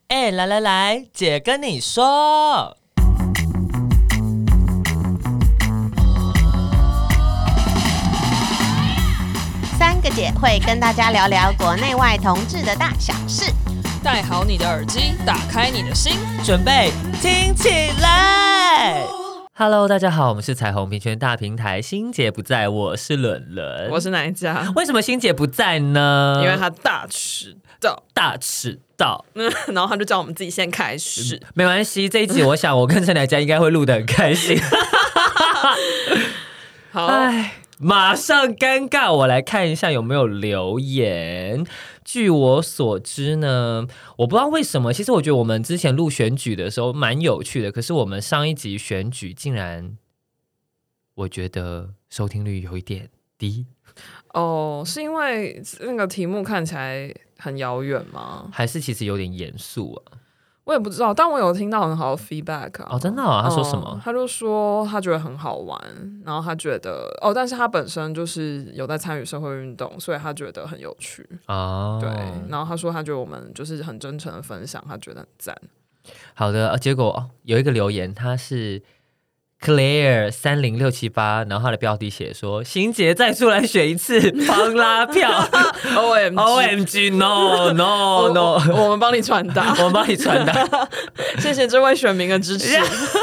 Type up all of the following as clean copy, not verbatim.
来，姐跟你说。 三个姐会跟大家聊聊国内外同志的大小事。 戴好你的耳机，打开你的心， 准备听起来。Hello， 大家好，我们是彩虹平权大平台，欣姐不在，我是伦伦， 我是哪一家？ 为什么欣姐不在呢？ 因为她大迟到，然后他就叫我们自己先开始。 没关系，这一集我想我跟陈乃佳应该会录得很开心。 好， 马上尴尬，我来看一下有没有留言。据我所知呢，我不知道为什么，其实我觉得我们之前录选举的时候蛮有趣的，可是我们上一集选举竟然，我觉得收听率有一点低。 哦，是因为那个题目看起来很遥远吗？ 还是其实有点严肃啊？ 我也不知道，但我有听到很好的 feedback 啊。 哦，真的啊？他说什么？ 他就说他觉得很好玩，然后他觉得但是他本身就是有在参与社会运动，所以他觉得很有趣哦。对，然后他说他觉得我们就是很真诚的分享，他觉得很赞。 好的，结果有一个留言，他是Claire 30678，然后他的标题写说：“欣姐再出来选一次，帮拉票。”OMG no， 我们帮你传达， 我们帮你传达， 谢谢这位选民的支持。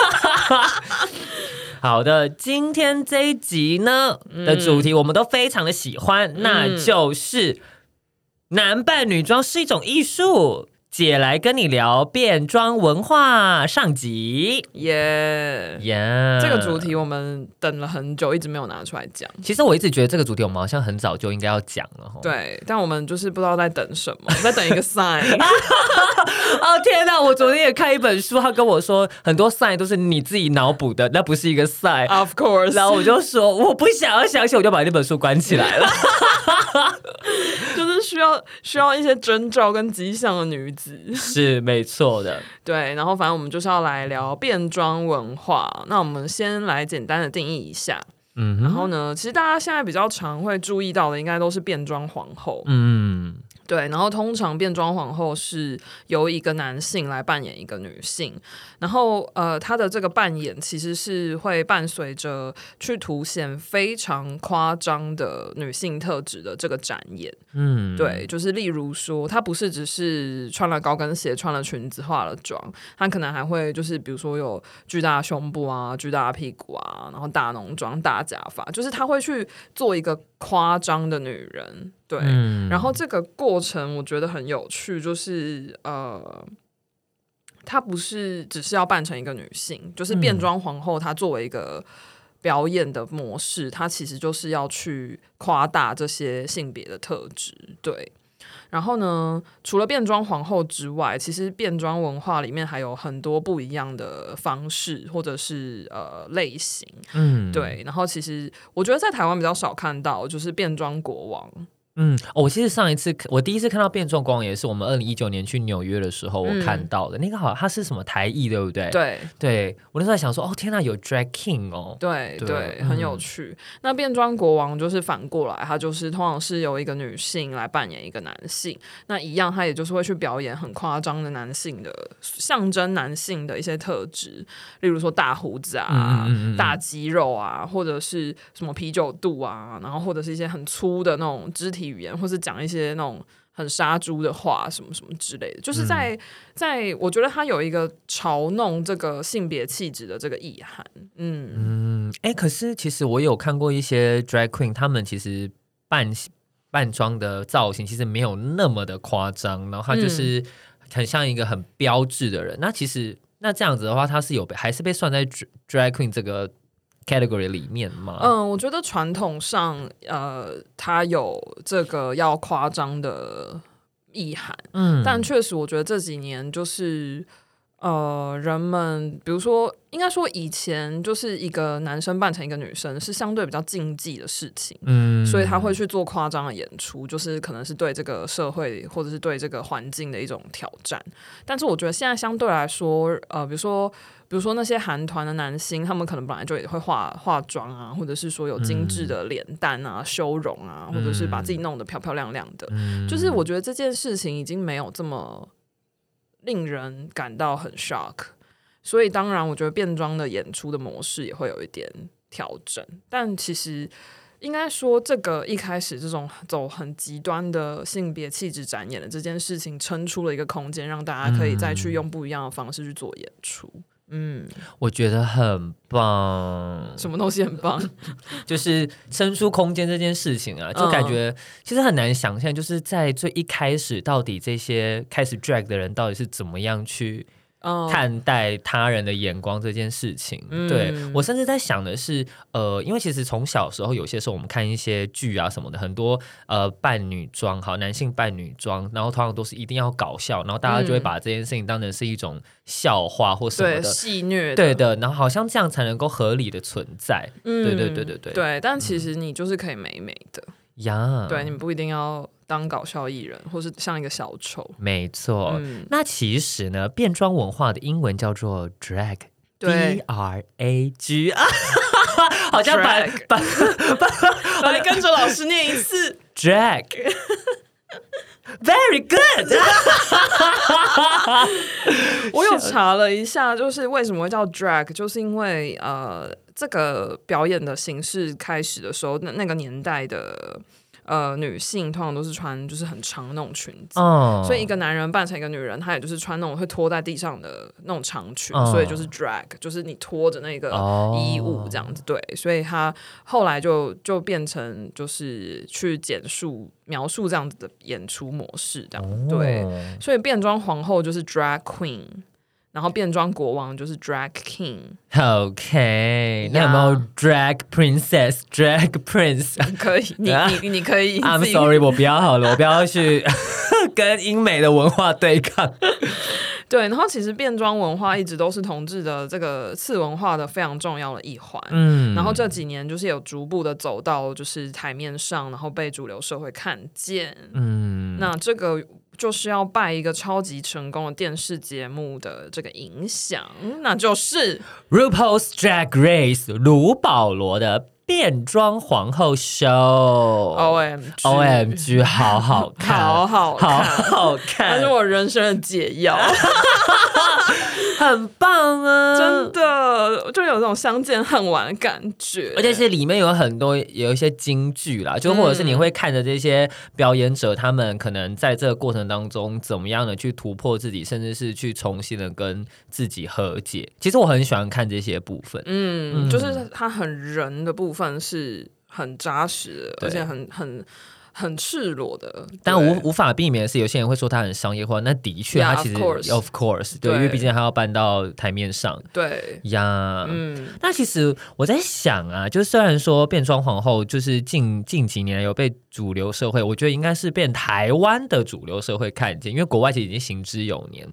好的，今天这一集呢的主题我们都非常的喜欢，那就是男扮女装是一种艺术。姐来跟你聊变装文化上集， 耶！这个主题我们等了很久，一直没有拿出来讲。 其实我一直觉得这个主题我们好像很早就应该要讲了。 对，但我们就是不知道在等什么，在等一个 sign。 哦天哪！我昨天也看一本书，他跟我说很多 sign 都是你自己脑补的，那不是一个 sign。Of course。 然后我就说我不想要相信，我就把那本书关起来了。 就是需要一些征兆跟迹象的女子。 是没错的。 对，然后反正我们就是要来聊变装文化。那我们先来简单的定义一下。然后呢，其实大家现在比较常会注意到的，应该都是变装皇后。对，然后通常变装皇后是由一个男性来扮演一个女性，然后他的这个扮演其实是会伴随着去凸显非常夸张的女性特质的这个展演。对，就是例如说，他不是只是穿了高跟鞋、穿了裙子、化了妆，他可能还会就是比如说有巨大的胸部啊、巨大的屁股啊，然后大浓妆、大假发，就是他会去做一个夸张的女人。对，然后这个过程我觉得很有趣，就是她不是只是要扮成一个女性，就是变装皇后，她作为一个表演的模式，她其实就是要去夸大这些性别的特质。对，然后呢，除了变装皇后之外，其实变装文化里面还有很多不一样的方式或者是类型。对，然后其实我觉得在台湾比较少看到，就是变装国王。 我其实我第一次看到变装国王也是我们2019年去纽约的时候我看到的。那个好像他是什么台裔对不对？对，我那时候在想说天哪，有 drag king 哦。 对，很有趣。那变装国王就是反过来，他就是通常是由一个女性来扮演一个男性，那一样他也就是会去表演很夸张的男性的象征男性的一些特质，例如说大胡子啊、大肌肉啊，或者是什么啤酒肚啊，然后或者是一些很粗的那种肢体语言，或是讲一些那种很杀猪的话什么什么之类的，就是在我觉得他有一个嘲弄这个性别气质的这个意涵。 可是其实我有看过一些 drag queen， 他们其实扮装的造型其实没有那么的夸张，然后他就是很像一个很标致的人。那这样子的话，他是还是被算在 drag queen 这个category 里面吗？ 我觉得传统上它有这个要夸张的意涵。但确实我觉得这几年就是人们比如说应该说以前就是一个男生扮成一个女生是相对比较禁忌的事情，所以他会去做夸张的演出，就是可能是对这个社会或者是对这个环境的一种挑战。但是我觉得现在相对来说比如说那些韩团的男星，他们可能本来就也会化妆啊，或者是说有精致的脸蛋啊、修容啊，或者是把自己弄得漂漂亮亮的。就是我觉得这件事情已经没有这么令人感到很 shock， 所以当然我觉得变装的演出的模式也会有一点调整，但其实应该说这个一开始这种走很极端的性别气质展演的这件事情撑出了一个空间，让大家可以再去用不一样的方式去做演出。 我觉得很棒。 什么东西很棒？ 就是伸出空间这件事情啊，就感觉其实很难想象，就是在最一开始，到底这些开始 drag 的人到底是怎么样去看待他人的眼光这件事情。对，我甚至在想的是，因为其实从小时候有些时候我们看一些剧啊什么的，很多扮女装，好，男性扮女装，然后通常都是一定要搞笑，然后大家就会把这件事情当成是一种笑话或什么的， 对，戏谑的， 对的，然后好像这样才能够合理的存在。对， 但其实你就是可以美美的呀， 对，你们不一定要当搞笑艺人，或是像一个小丑。 没错，那其实呢，变装文化的英文叫做 drag， D-R-A-G 啊，好像你跟着老师念一次 drag。Very good 我有查了一下，就是为什么会叫 drag， 就是因为这个表演的形式开始的时候，那个年代的女性通常都是穿就是很长的那种裙子，所以一个男人扮成一个女人，他也就是穿那种会拖在地上的那种长裙，所以就是 drag， 就是你拖着那个衣物这样子。对，所以他后来就变成就是去描述这样子的演出模式这样。对，所以变装皇后就是 drag queen，然后变装国王就是 drag king。OK， 那有没有 drag princess、drag prince？ 可以，你可以。 I'm sorry， 我不要好了，我不要去跟英美的文化对抗。 对，然后其实变装文化一直都是同志的这个次文化的非常重要的一环。然后这几年就是有逐步的走到就是台面上，然后被主流社会看见。那这个就是要拜一个超级成功的电视节目的这个影响，那就是 RuPaul's Drag Race 卢保罗的变装皇后 show。OMG 好好看， 好看，那是我人生的解药。 很棒啊， 真的就有这种相见恨晚的感觉， 而且是里面有一些金句啦，就或者是你会看着这些表演者，他们可能在这个过程当中怎么样的去突破自己，甚至是去重新的跟自己和解。其实我很喜欢看这些部分， 就是他很人的部分是很扎实的，而且很赤裸的， 但无法避免的是，有些人会说他很商业化。那的确，他其实 of course， 对，因为毕竟他要搬到台面上。 对呀，那其实我在想啊，就虽然说变装皇后就是近几年有被主流社会，我觉得应该是被台湾的主流社会看见，因为国外其实已经行之有年。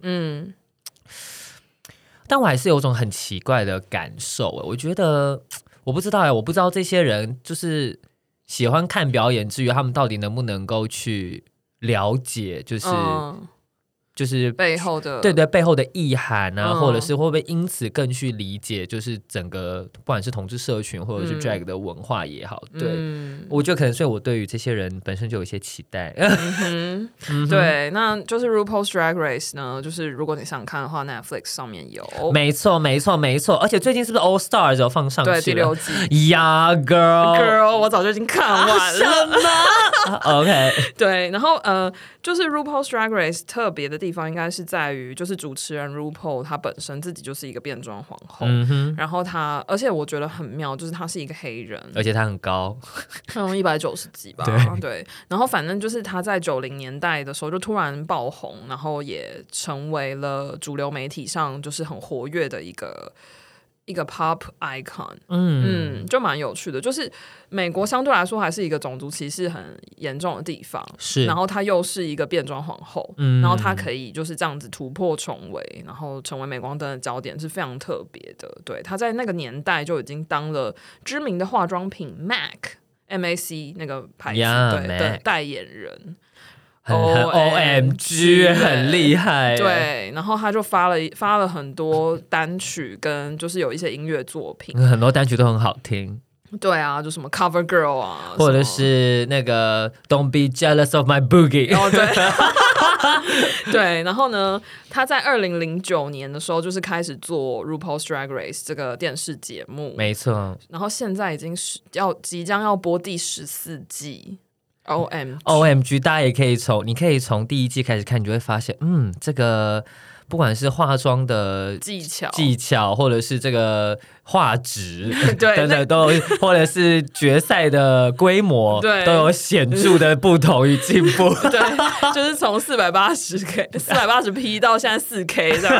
但我还是有种很奇怪的感受，我觉得我不知道这些人就是喜欢看表演之余，他们到底能不能够去了解，就是背后的对背后的意涵啊，或者是会不会因此更去理解，就是整个不管是同志社群或者是 drag 的文化也好，对，我觉得可能所以我对于这些人本身就有一些期待。 对，那就是 RuPaul's Drag Race 呢，就是如果你想看的话 Netflix 上面有， 没错，而且最近是不是 All Stars 有放上去了？ 对，第6季呀，girl， 我早就已经看完了。 什么？OK， 对，然后就是 RuPaul's Drag Race 特别的地方应该是在于，就是主持人 RuPaul 他本身自己就是一个变装皇后，然后而且我觉得很妙，就是他是一个黑人， 而且他很高， 他有190几吧，对，然后反正就是他在90年代的时候就突然爆红，然后也成为了主流媒体上就是很活跃的一个 pop icon， 就蛮有趣的。就是美国相对来说还是一个种族歧视很严重的地方， 是， 然后她又是一个变装皇后，然后她可以就是这样子突破重围，然后成为镁光灯的焦点，是非常特别的。对，她在那个年代就已经当了知名的化妆品 MAC 那个牌子的代言人。 OMG 很厉害， 对，然后他就发了很多单曲，跟就是有一些音乐作品， 很多单曲都很好听。 对啊，就什么 Cover Girl 啊， 或者是那个 Don't be jealous of my boogie。 哦，对，对。然后呢，他在2009年的时候就是开始做 RuPaul's Drag Race 这个电视节目， 没错。 然后现在已经即将要播第14季。 OMG， 大家也可以你可以从第1季开始看，你就会发现，这个不管是化妆的技巧，或者是这个画质等等都有，或者是决赛的规模，都有显著的不同与进步。 对，就是从480p 到现在4K 这样。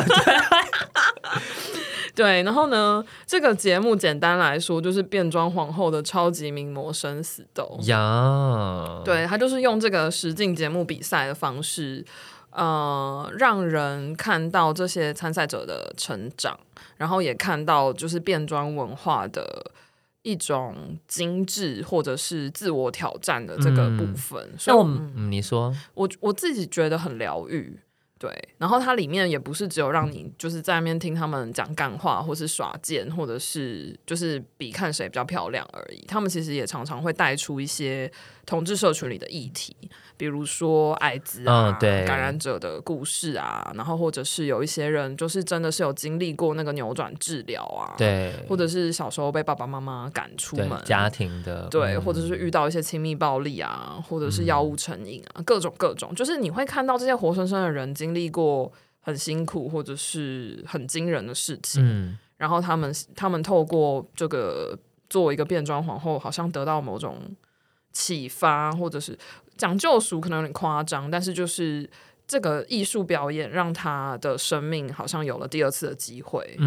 对，然后呢，这个节目简单来说就是变装皇后的超级名模生死斗呀。 对，他就是用这个实境节目比赛的方式，让人看到这些参赛者的成长，然后也看到就是变装文化的一种精致或者是自我挑战的这个部分。所以你说， 我自己觉得很疗愈。对，然后它里面也不是只有让你就是在那边听他们讲干话，或是耍贱，或者是就是比看谁比较漂亮而已。他们其实也常常会带出一些同志社群里的议题，比如说艾滋啊，感染者的故事啊，然后或者是有一些人就是真的是有经历过那个扭转治疗啊， 对， 或者是小时候被爸爸妈妈赶出门， 家庭的， 对，或者是遇到一些亲密暴力啊，或者是药物成瘾啊，各种，就是你会看到这些活生生的人经历过很辛苦或者是很惊人的事情，然后他们透过这个作为一个变装皇后，好像得到某种启发，或者是讲救赎可能有点夸张，但是就是这个艺术表演让他的生命好像有了第2次的机会。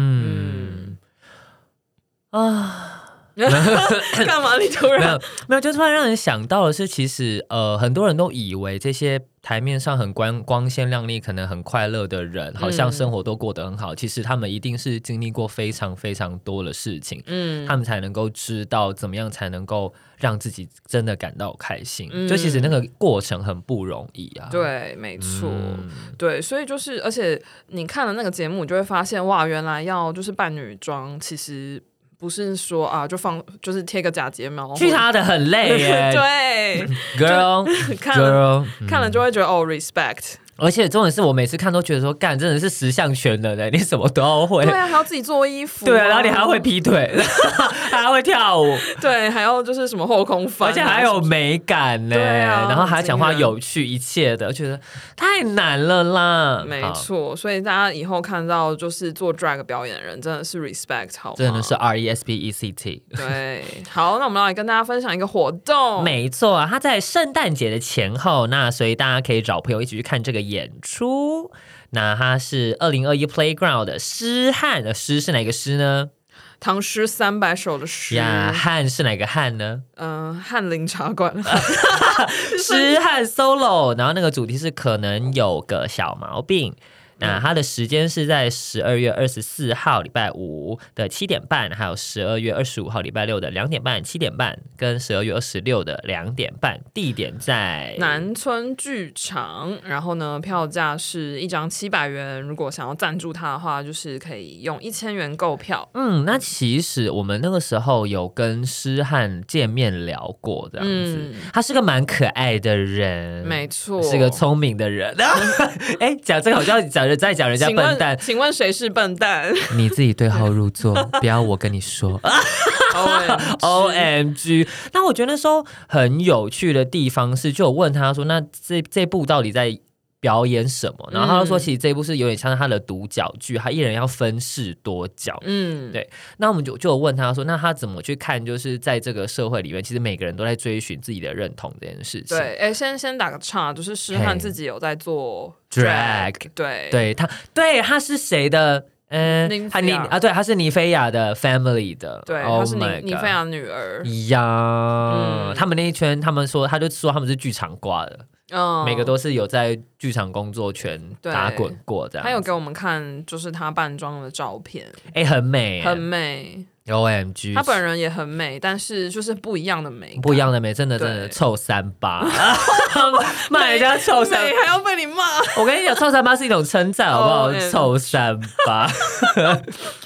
干嘛？你突然没有，就突然让人想到的是，其实很多人都以为这些台面上很光鲜亮丽，可能很快乐的人，好像生活都过得很好。其实他们一定是经历过非常非常多的事情，他们才能够知道怎么样才能够让自己真的感到开心。就其实那个过程很不容易啊。 对，没错，对，所以就是，而且你看了那个节目，你就会发现，哇，原来要就是扮女装，其实不是说啊，就是贴个假睫毛， 去他的很累耶。 对 ，girl， 看了就会觉得哦 ，respect。 而且重点是我每次看都觉得说，干真的是10项全能的，你什么都要会。 对啊，还要自己做衣服， 对啊，然后你还要会劈腿，还要会跳舞， 对，还要就是什么后空翻， 而且还有美感呢， 对啊， 然后还要讲话有趣一切的，觉得太难了啦。 没错，所以大家以后看到就是做 drag 表演的人，真的是 respect 好吗？ 真的是 RESPECT。 对，好，那我们来跟大家分享一个活动。 没错啊，他在圣诞节的前后，那所以大家可以找朋友一起去看这个演出。那它是2021 Playground 的诗汉的诗是哪个诗呢？ 唐诗300首的诗呀，汉是哪个汉呢？ 翰林茶馆诗汉 solo， 然后那个主题是可能有个小毛病。那它的时间是在12月24号礼拜五的7点半，还有12月25号礼拜六的2点半、7点半，跟12月26的2点半。地点在南村剧场。然后呢，票价是1张700元。如果想要赞助他的话，就是可以用1000元购票。 那其实我们那个时候有跟诗汉见面聊过，这样子。他是个蛮可爱的人， 没错， 是个聪明的人。讲这个好像在讲人家笨蛋， 请问谁是笨蛋？ 你自己对号入座，不要我跟你说。OMG！ 那我觉得那时候很有趣的地方是，就有问他说，那这部到底在表演什么？然后他就说，其实这部是有点像他的独角剧，他一人要分饰多角。对。那我们就有问他说，那他怎么去看？就是在这个社会里面，其实每个人都在追寻自己的认同这件事情。 对，先打个岔，就是诗汉自己有在做 drag， 对，他是谁的？他是尼菲亚的 family 的， 对，他是尼菲亚女儿呀。他们那一圈，他就说他们是剧场挂的。每个都是有在剧场工作圈打滚过这样。 他有给我们看，就是他扮装的照片， 很美， 很美。 OMG， 他本人也很美，但是就是不一样的美， 不一样的美，真的臭三八，骂人家臭三八还要被你骂。 我跟你讲，臭三八是一种称赞，好不好？臭三八。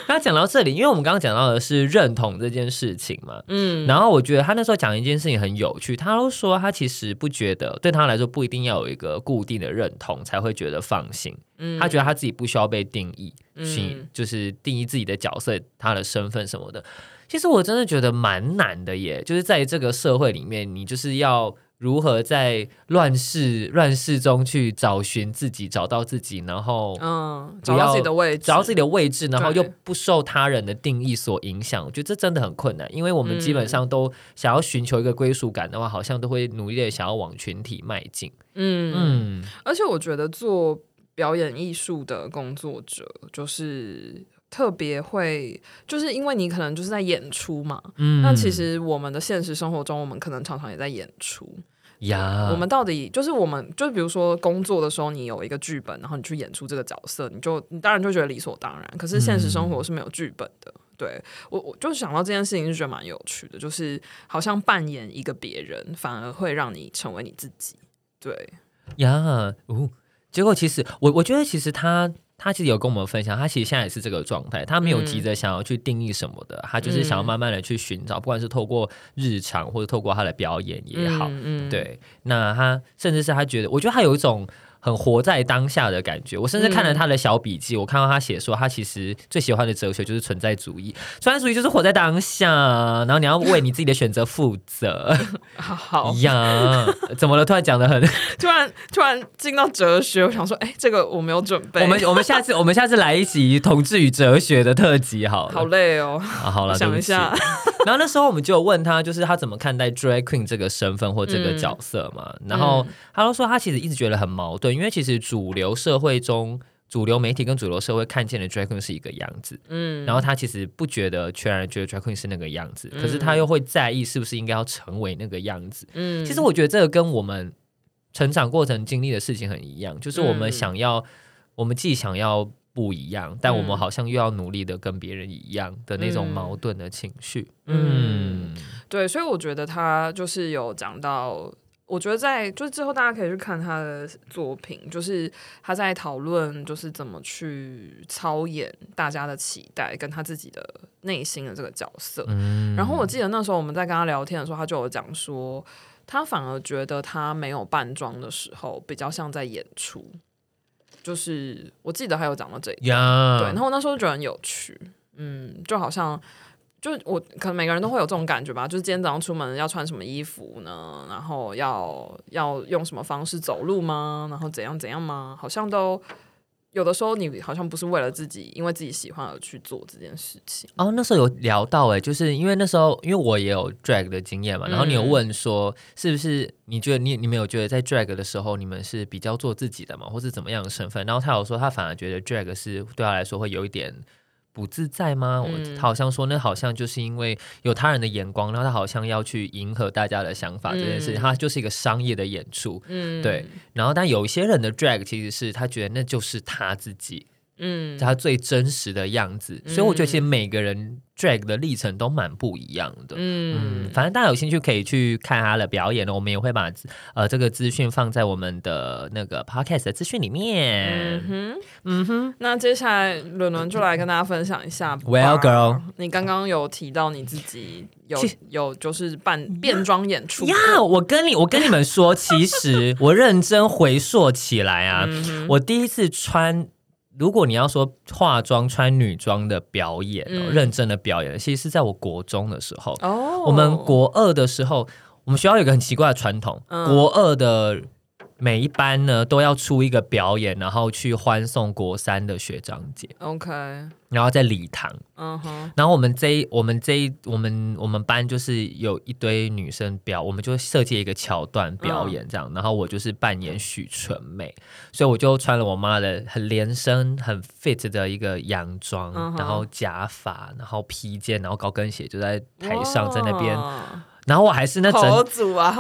他讲到这里，因为我们刚刚讲到的是认同这件事情嘛，然后我觉得他那时候讲一件事情很有趣，他都说他其实不觉得对他来说不一定要有一个固定的认同才会觉得放心，他觉得他自己不需要被定义，就是定义自己的角色、他的身份什么的。其实我真的觉得蛮难的耶，就是在这个社会里面，你就是要如何在乱世中去找寻自己，找到自己，然后找到自己的位置， 然后又不受他人的定义所影响。我觉得这真的很困难，因为我们基本上都想要寻求一个归属感的话，好像都会努力的想要往群体迈进。 而且我觉得做表演艺术的工作者就是特别会，就是因为你可能就是在演出嘛，那其实我们的现实生活中，我们可能常常也在演出呀。我们到底就是比如说工作的时候，你有一个剧本，然后你去演出这个角色，你当然就觉得理所当然。可是现实生活是没有剧本的。对，我就想到这件事情，就觉得蛮有趣的，就是好像扮演一个别人，反而会让你成为你自己。对呀，结果其实我觉得其实他其实有跟我们分享，他其实现在也是这个状态，他没有急着想要去定义什么的，他就是想要慢慢的去寻找，不管是透过日常或者透过他的表演也好，对，那他甚至是他觉得，我觉得他有一种很活在当下的感觉。我甚至看了他的小笔记，我看到他写说，他其实最喜欢的哲学就是存在主义。存在主义就是活在当下，然后你要为你自己的选择负责。 好呀，怎么了？突然讲的很， 突然进到哲学，我想说，这个我没有准备。 我们下次来一集同志与哲学的特辑好了。 好累哦。 好了， 想一下。 然后那时候我们就有问他，就是他怎么看待 drag queen 这个身份或这个角色嘛？然后他都说他其实一直觉得很矛盾，因为其实主流社会中、主流媒体跟主流社会看见的 drag queen 是一个样子，然后他其实不觉得全然觉得 drag queen 是那个样子，可是他又会在意是不是应该要成为那个样子。其实我觉得这个跟我们成长过程经历的事情很一样，就是我们既想要不一样，但我们好像又要努力的跟别人一样的那种矛盾的情绪。 对，所以我觉得他就是有讲到，我觉得就是之后大家可以去看他的作品，就是他在讨论就是怎么去操演大家的期待跟他自己的内心的这个角色。然后我记得那时候我们在跟他聊天的时候，他就有讲说，他反而觉得他没有扮装的时候比较像在演出。就是我记得还有讲到这一点，对，然后我那时候就觉得很有趣，就好像就我可能每个人都会有这种感觉吧，就是今天早上出门要穿什么衣服呢？然后要用什么方式走路吗？然后怎样吗？好像都有的时候你好像不是为了自己，因为自己喜欢而去做这件事情。 那时候有聊到就是因为那时候因为我也有 drag 的经验嘛，然后你有问说是不是你觉得你们有觉得在 drag 的时候你们是比较做自己的嘛，或是怎么样的身份？然后他有说他反而觉得 drag 是对他来说会有一点不自在吗？他好像说那好像就是因为有他人的眼光，然后他好像要去迎合大家的想法这件事情，他就是一个商业的演出，对。然后但有一些人的 drag 其实是他觉得那就是他自己，他最真实的样子，所以我觉得其实每个人 drag 的历程都蛮不一样的。反正大家有兴趣可以去看他的表演，我们也会把这个资讯放在我们的那个 podcast 的资讯里面。 那接下来伦伦就来跟大家分享一下。 Well girl， 你刚刚有提到你自己有就是变装演出呀。我跟你们说，其实我认真回溯起来啊，我第一次穿。如果你要说化妆穿女装的表演，认真的表演，其实是在我国中的时候。我们国2的时候，我们学校有一个很奇怪的传统，国2的每一班呢都要出一个表演，然后去欢送国3的学长姐。 OK， 然后在礼堂。然后我们班就是有一堆女生我们就设计一个桥段表演这样，然后我就是扮演许纯美，所以我就穿了我妈的很连身很 fit 的一个洋装，然后假发，然后披肩，然后高跟鞋，就在台上在那边。然后我还是那好组啊，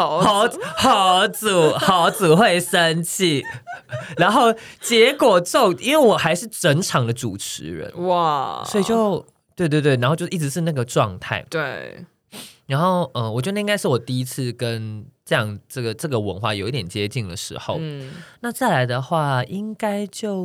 好组会生气。然后结果因为我还是整场的主持人，哇，所以就对，然后就一直是那个状态。 对， 然后我觉得那应该是我第一次跟这个文化有一点接近的时候。那再来的话，应该就是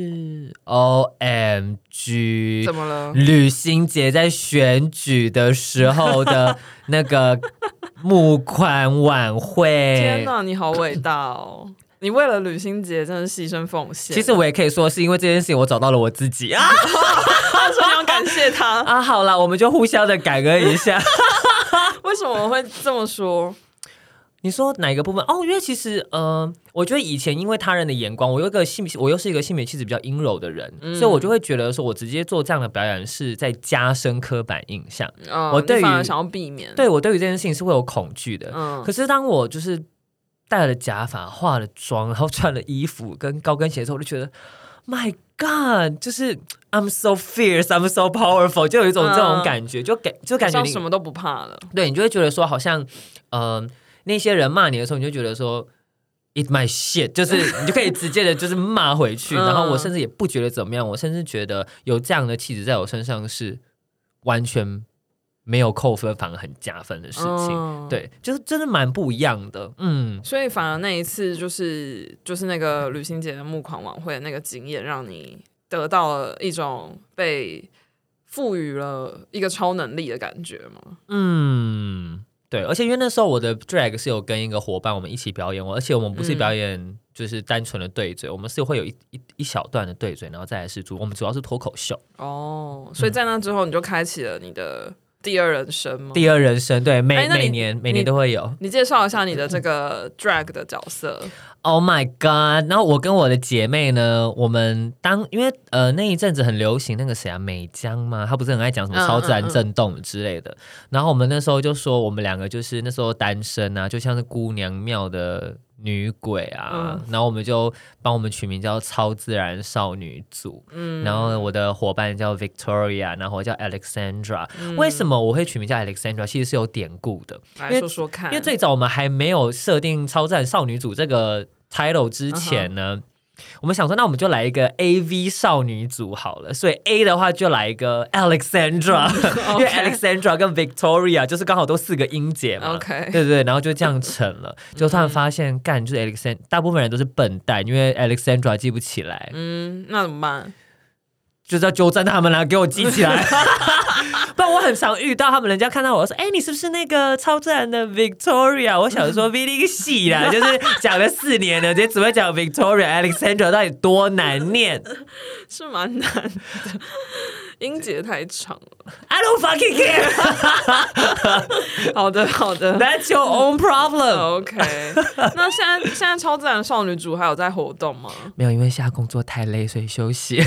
OMG， 怎么了？ 吕欣洁在选举的时候的那个募款晚会。 天哪，你好伟大哦！你为了吕欣洁真的牺牲奉献。 其实我也可以说是因为这件事情我找到了我自己啊， 所以你要感谢他啊。好啦，我们就互相的感恩一下。 为什么会这么说？ 你说哪一个部分？因为其实我觉得以前因为他人的眼光，我又是一个性别气质比较阴柔的人，所以我就会觉得说我直接做这样的表演是在加深刻板印象。我对于反而想要避免， 对我对于这件事情是会有恐惧的。可是当我就是戴了假发、化了妆，然后穿了衣服跟高跟鞋的时候，我就觉得 ，My God， 就是 I'm so fierce, I'm so powerful， 就有一种这种感觉，就感觉你什么都不怕了。 对，你就会觉得说，好像那些人骂你的时候，你就觉得说 ，Eat my shit， 就是你就可以直接的，就是骂回去。然后我甚至也不觉得怎么样，我甚至觉得有这样的气质在我身上是完全没有扣分，反而很加分的事情。对，就是真的蛮不一样的。 所以反而那一次就是那个吕欣洁的募款晚会的那个经验，让你得到了一种被赋予了一个超能力的感觉吗？ 对，而且因为那时候我的 drag 是有跟一个伙伴我们一起表演，而且我们不是表演就是单纯的对嘴，我们是会有一小段的对嘴，然后再来是我们主要是脱口秀。 所以在那之后你就开启了你的第二人生吗？ 第二人生，对，每年都会有。 你介绍一下你的这个 drag 的角色。 Oh my god！ 然后我跟我的姐妹呢，我们因为那一阵子很流行那个谁啊，美江嘛，她不是很爱讲什么超自然震动之类的。然后我们那时候就说，我们两个就是那时候单身啊，就像是姑娘庙的女鬼啊。然后我们就帮我们取名叫超自然少女组。然后我的伙伴叫 Victoria， 然后我叫 Alexandra。为什么我会取名叫 Alexandra？ 其实是有典故的， 来说说看。 因为最早我们还没有设定超自然少女组这个title 之前呢，我们想说，那我们就来一个 AV 少女组好了。所以 A 的话就来一个 Alexandra， 因为 Alexandra 跟 Victoria 就是刚好都4个音节嘛。对，然后就这样成了。就突然发现，就是 Alexandra， 大部分人都是笨蛋，因为 Alexandra 记不起来。 那怎么办？ 就是要纠正他们啦，给我记起来。不然我很常遇到他们，人家看到我说：“你是不是那个超自然的 Victoria？” 我想说 V 那个戏啦，就是讲了4年了，直接只会讲 Victoria。Alexandra 到底多难念？ 是蛮难的，音节太长了。 I don't fucking care 。 好的 ，That's your own problem。OK。 那现在超自然少女组还有在活动吗？ 没有，因为现在工作太累，所以休息。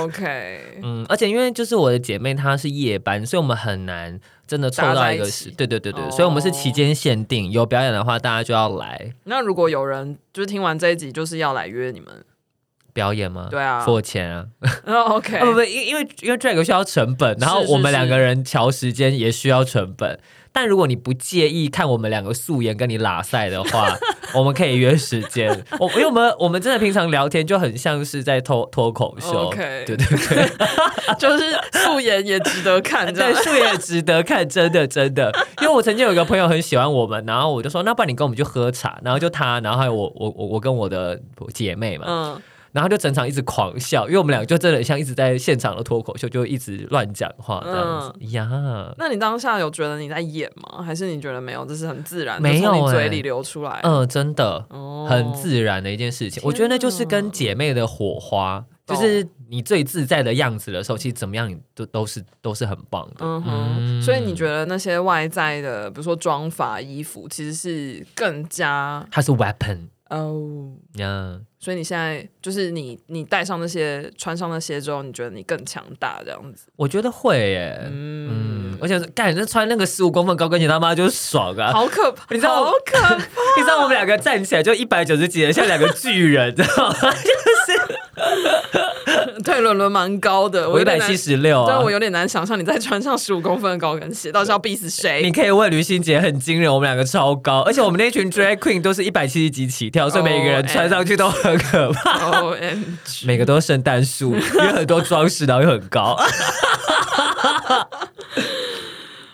OK。 而且因为就是我的姐妹她是夜班，所以我们很难真的凑到一个对，所以我们是期间限定，有表演的话大家就要来。 那如果有人就是听完这一集就是要来约你们表演吗？ 对啊， 付我钱啊。 OK。 不，因为 drag 需要成本，然后我们2个人调时间也需要成本。但如果你不介意看我们2个素颜跟你拉赛的话，我们可以约时间。因为我们真的平常聊天就很像是在脱口秀。 OK。 对， 就是素颜也值得看， 对，素颜也值得看，真的。因为我曾经有一个朋友很喜欢我们，然后我就说，那不然你跟我们去喝茶，然后就他，然后还有我跟我的姐妹嘛。然后就整场一直狂笑，因为我们两个就真的像一直在现场的脱口秀，就一直乱讲话这样子呀。 那你当下有觉得你在演吗？还是你觉得没有，这是很自然， 没有从你嘴里流出来？ 真的，很自然的一件事情。我觉得那就是跟姐妹的火花，就是你最自在的样子的时候，其实怎么样你都是很棒的。 所以你觉得那些外在的，比如说妆发、衣服，其实是更加， 它是 weapon。 所以你现在就是你戴上那些穿上那些之后，你觉得你更强大这样子？ 我觉得会耶。而且干，穿那个15公分高跟鞋，他妈就爽啊！ 好可怕， 你知道好可怕。你知道我们2个站起来就190几人，像2个巨人，知道吗？ 对，伦蛮高的， 我176啊。 对，我有点难想象你再穿上15公分的高跟鞋，到底是要逼死谁？ 你可以问吕欣洁，很惊人，我们2个超高，而且我们那群 drag queen 都是170几起跳，所以每个人穿上去都很可怕。每个都是圣诞树，因为很多装饰，然后又很高。 哇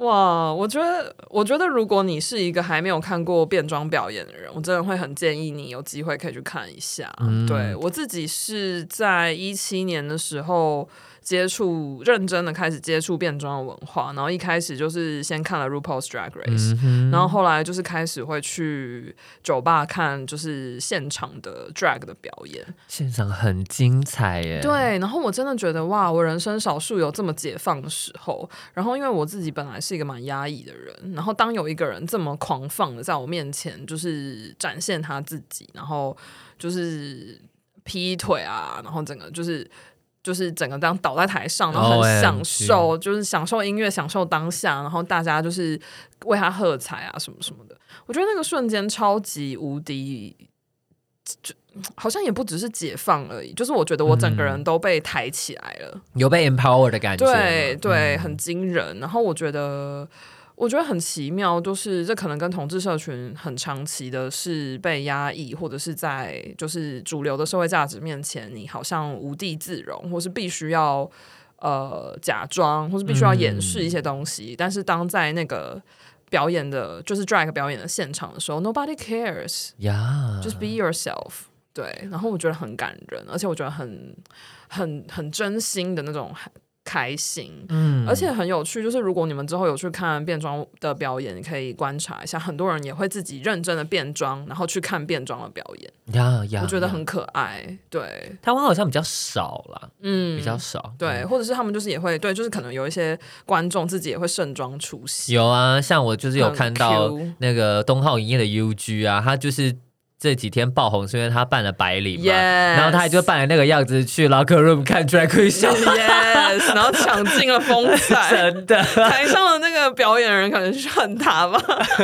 哇，我觉得如果你是一个还没有看过变装表演的人，我真的会很建议你有机会可以去看一下。对，我自己是在2017年的时候认真的开始接触变装文化，然后一开始就是先看了 RuPaul's Drag Race，然后后来就是开始会去酒吧看就是现场的 drag 的表演， 现场很精彩耶。 对，然后我真的觉得哇，我人生少数有这么解放的时候。然后因为我自己本来是一个蛮压抑的人，然后当有一个人这么狂放的在我面前就是展现他自己，然后就是劈腿啊，然后整个就是整个这样倒在台上，然后很享受，就是享受音乐，享受当下，然后大家就是为他喝彩啊什么什么的。我觉得那个瞬间超级无敌，就好像也不只是解放而已，就是我觉得我整个人都被抬起来了， 有被 empower 的感觉。 对对，很惊人。然后我觉得很奇妙，就是这可能跟同志社群很长期的是被压抑，或者是在就是主流的社会价值面前，你好像无地自容，或是必须要假装，或是必须要掩饰一些东西。但是当在那个表演的，就是 drag 表演的现场的时候 ，nobody cares， just be yourself。对，然后我觉得很感人，而且我觉得很真心的那种开心，而且很有趣。就是如果你们之后有去看变装的表演，你可以观察一下，很多人也会自己认真的变装，然后去看变装的表演。我觉得很可爱。对， 台湾好像比较少啦，比较少。 对，或者是他们就是也会对，就是可能有一些观众自己也会盛装出席。 有啊，像我就是有看到那个东浩影业的 UG 啊，他就是这几天爆红是因为他办了白领嘛，然后他就扮了那个样子去 locker room 看 drag queen 秀 ，yes， 然后抢尽了风采， 真的， 台上的那个表演人可能是恨他吧，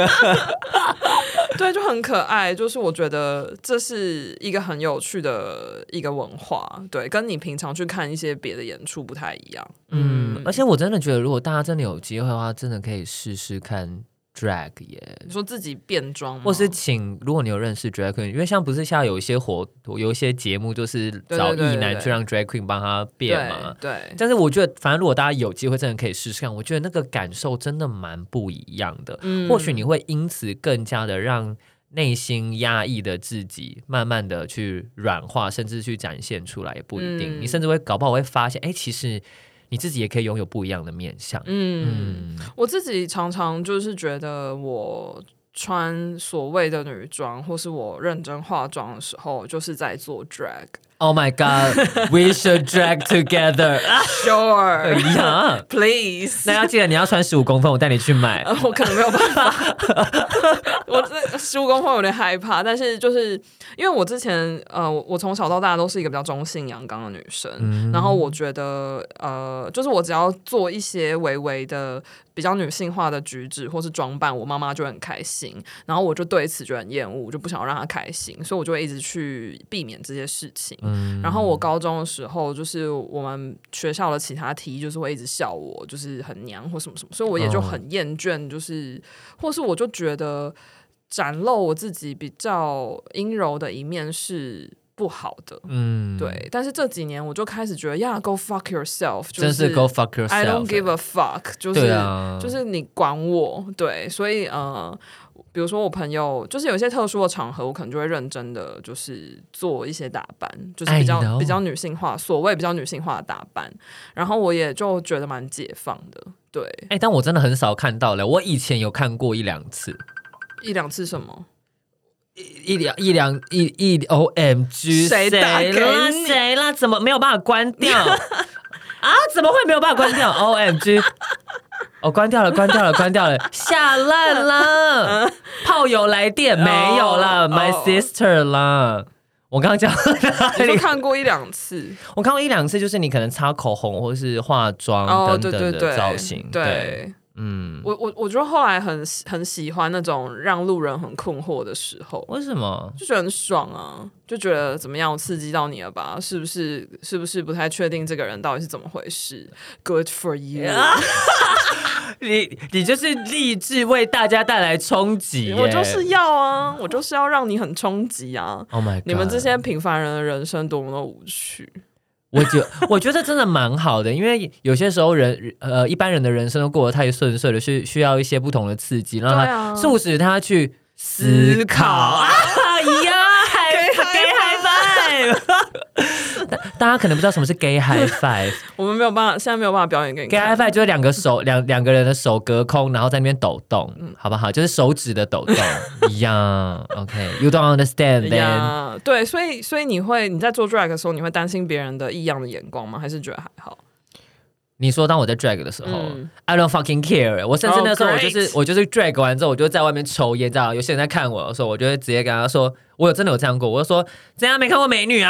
对，就很可爱。就是我觉得这是一个很有趣的一个文化，对，跟你平常去看一些别的演出不太一样。 而且我真的觉得，如果大家真的有机会的话，真的可以试试看。drag 耶， 你说自己变装吗？ 或是如果你有认识 drag queen， 因为像不是现在有一些节目就是找艺男去让 drag queen 帮他变嘛， 对。 但是我觉得，反正如果大家有机会，真的可以试试看，我觉得那个感受真的蛮不一样的。或许你会因此更加的让内心压抑的自己慢慢的去软化，甚至去展现出来，也不一定。你甚至搞不好会发现，其实你自己也可以拥有不一样的面向。 我自己常常就是觉得我穿所谓的女装，或是我认真化妆的时候，就是在做 drag。Oh my god, we should drag together. Sure, yeah, please. 那要记得你要穿15公分，我带你去买。 我可能没有办法，我这15公分有点害怕，但是就是因为我之前我从小到大都是一个比较中性阳刚的女生，然后我觉得就是我只要做一些微微的比较女性化的举止或是装扮，我妈妈就很开心，然后我就对此就很厌恶，我就不想让她开心，所以我就会一直去避免这些事情。然后我高中的时候，就是我们学校的其他 T 就是会一直笑我，就是很娘或什么什么，所以我也就很厌倦，就是或是我就觉得展露我自己比较阴柔的一面是不好的，对。但是这几年我就开始觉得呀 ，Go fuck yourself， 就是 Go fuck yourself， I don't give a fuck， 就是你管我，对。所以比如说我朋友就是有一些特殊的场合，我可能就会认真的就是做一些打扮，就是比较女性化，所谓比较女性化的打扮，然后我也就觉得蛮解放的，对。 但我真的很少看到了，我以前有看过1-2次。 1-2次什么 ？OMG， 谁打给你？ 谁啦？怎么没有办法关掉啊？怎么会没有办法关掉 ？OMG！ 关掉了，下烂了。炮友来电没有啦 ，My sister 啦。我刚刚讲你就看过1-2次， 我看过1-2次，就是你可能擦口红或是化妆等等的造型， 对。我觉得后来很喜欢那种让路人很困惑的时候。 为什么？ 就觉得很爽啊，就觉得怎么样，我刺激到你了吧？是不是不太确定这个人到底是怎么回事 ？Good for you 你就是立志为大家带来冲击， 我就是要啊，我就是要让你很冲击啊 ！Oh my god， 你们这些平凡人的人生多么的无趣。 我觉得真的蛮好的，因为有些时候一般人的人生都过得太顺遂了，是需要一些不同的刺激，让他促使他去思考。给 high five， 大家可能不知道什么是 gay high five， 我们现在没有办法表演给你看。 gay high five 就是两个人的手隔空，然后在那边抖动，好不好？就是手指的抖动一样。OK，you don't understand then。 对，所以你在做 drag 的时候，你会担心别人的异样的眼光吗？还是觉得还好？ 你说当我在 drag 的时候，I don't fucking care。我甚至那时候我就是 drag 完之后，我就在外面抽烟，这样有些人在看我的时候，我就会直接跟他说，我真的有这样过，我就说怎样没看过美女啊，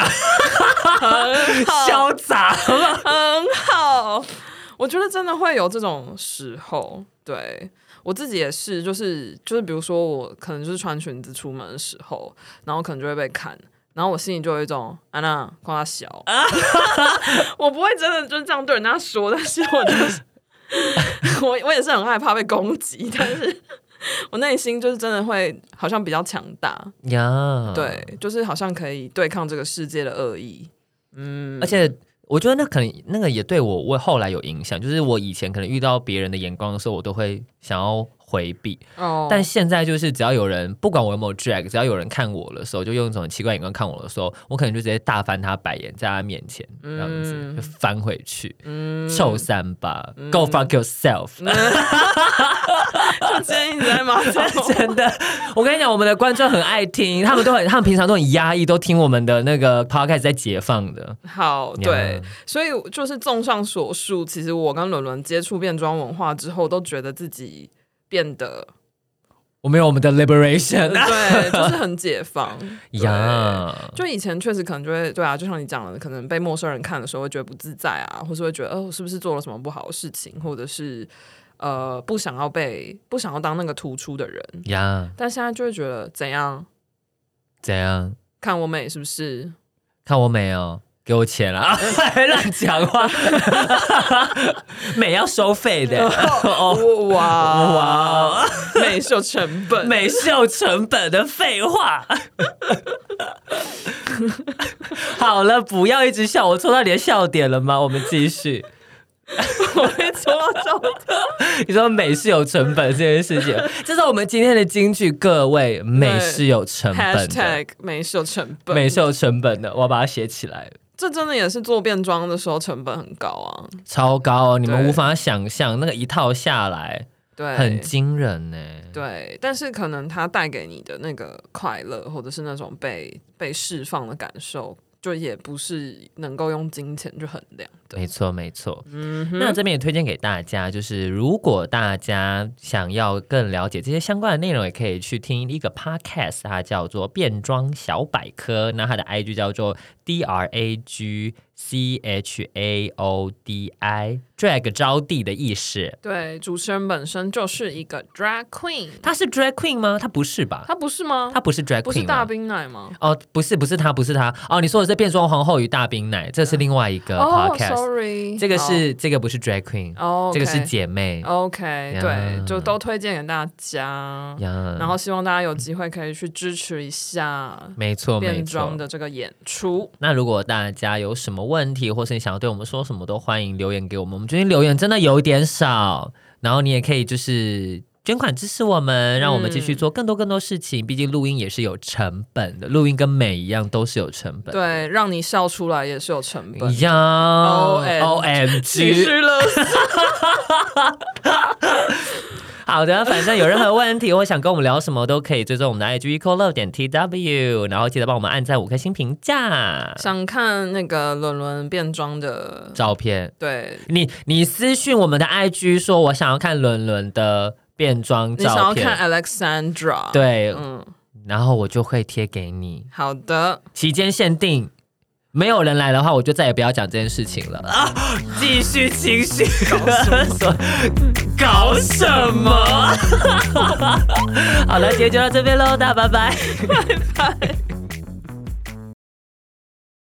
潇洒， 很好。我觉得真的会有这种时候，对我自己也是，就是比如说我可能就是穿裙子出门的时候，然后可能就会被看。然后我心里就有一种安娜夸他小，我不会真的就是这样对人家说，但是我就是我也是很害怕被攻击，但是我内心就是真的会好像比较强大呀，对，就是好像可以对抗这个世界的恶意， 而且我觉得那个也对我后来有影响，就是我以前可能遇到别人的眼光的时候，我都会想要回避，但现在就是只要有人不管我有没有 drag， 只要有人看我的时候，就用一种奇怪眼光看我的时候，我可能就直接大翻他白眼，在他面前这样子就翻回去，臭三八，Go fuck yourself。 就今天一直在骂真的，我跟你讲，我们的观众很爱听，他们平常都很压抑，都听我们的那个 podcast 在解放的。 好，对，所以就是综上所述，其实我跟伦伦接触变装文化之后，都觉得自己变得我们有我们的 liberation， 对，就是很解放呀。 就以前确实可能就会对啊，就像你讲的，可能被陌生人看的时候会觉得不自在啊，或是会觉得我是不是做了什么不好的事情，或者是不想要当那个突出的人呀。但现在就会觉得怎样看我美是不是？看我美哦。给我钱啦！还乱讲话，美要收费的。哇，美是有成本，美是有成本的，废话。好了，不要一直笑，我戳到你的笑点了吗？我们继续。我没戳到笑点。你说美是有成本这件事情，这是我们今天的金句，各位，美是有成本的，美是有成本，美是有成本的，我要把它写起来。这真的也是做变装的时候成本很高啊，超高哦，你们无法想象那个一套下来，对，很惊人呢。对，但是可能它带给你的那个快乐，或者是那种被释放的感受，就也不是能够用金钱去衡量的。没错没错。那这边也推荐给大家，就是如果大家想要更了解这些相关的内容，也可以去听一个 podcast， 它叫做变装小百科，那它的 IG 叫做 DRAGCHAODI， drag 招娣的意思。对，主持人本身就是一个 drag queen。他是 drag queen 吗？他不是吧？他不是吗？他不是 drag queen， 不是大冰奶吗？哦，不是他。哦，你说的是变装皇后与大冰奶，这是另外一个 podcast。这个不是 drag queen， 这个是姐妹。OK， 对，就都推荐给大家。然后希望大家有机会可以去支持一下，没错，变装的这个演出。那如果大家有什么问题，或是你想要对我们说什么，都欢迎留言给我们。我们最近留言真的有一点少，然后你也可以就是捐款支持我们，让我们继续做更多事情。毕竟录音也是有成本的，录音跟美一样都是有成本。对，让你笑出来也是有成本。呀 ，OMG， 情绪勒索。好的，反正有任何问题或想跟我们聊什么，都可以追踪我们的 IG ecolove.tw， 然后记得帮我们按赞5颗星评价。想看那个伦伦变装的照片，对，你私讯我们的 IG 说我想要看伦伦的变装照片，你想要看 Alexandra， 对，然后我就会贴给你。好的，期间限定。没有人来的话，我就再也不要讲这件事情了。继续情绪搞什么？好了，今天就到这边喽，大家拜拜，拜拜。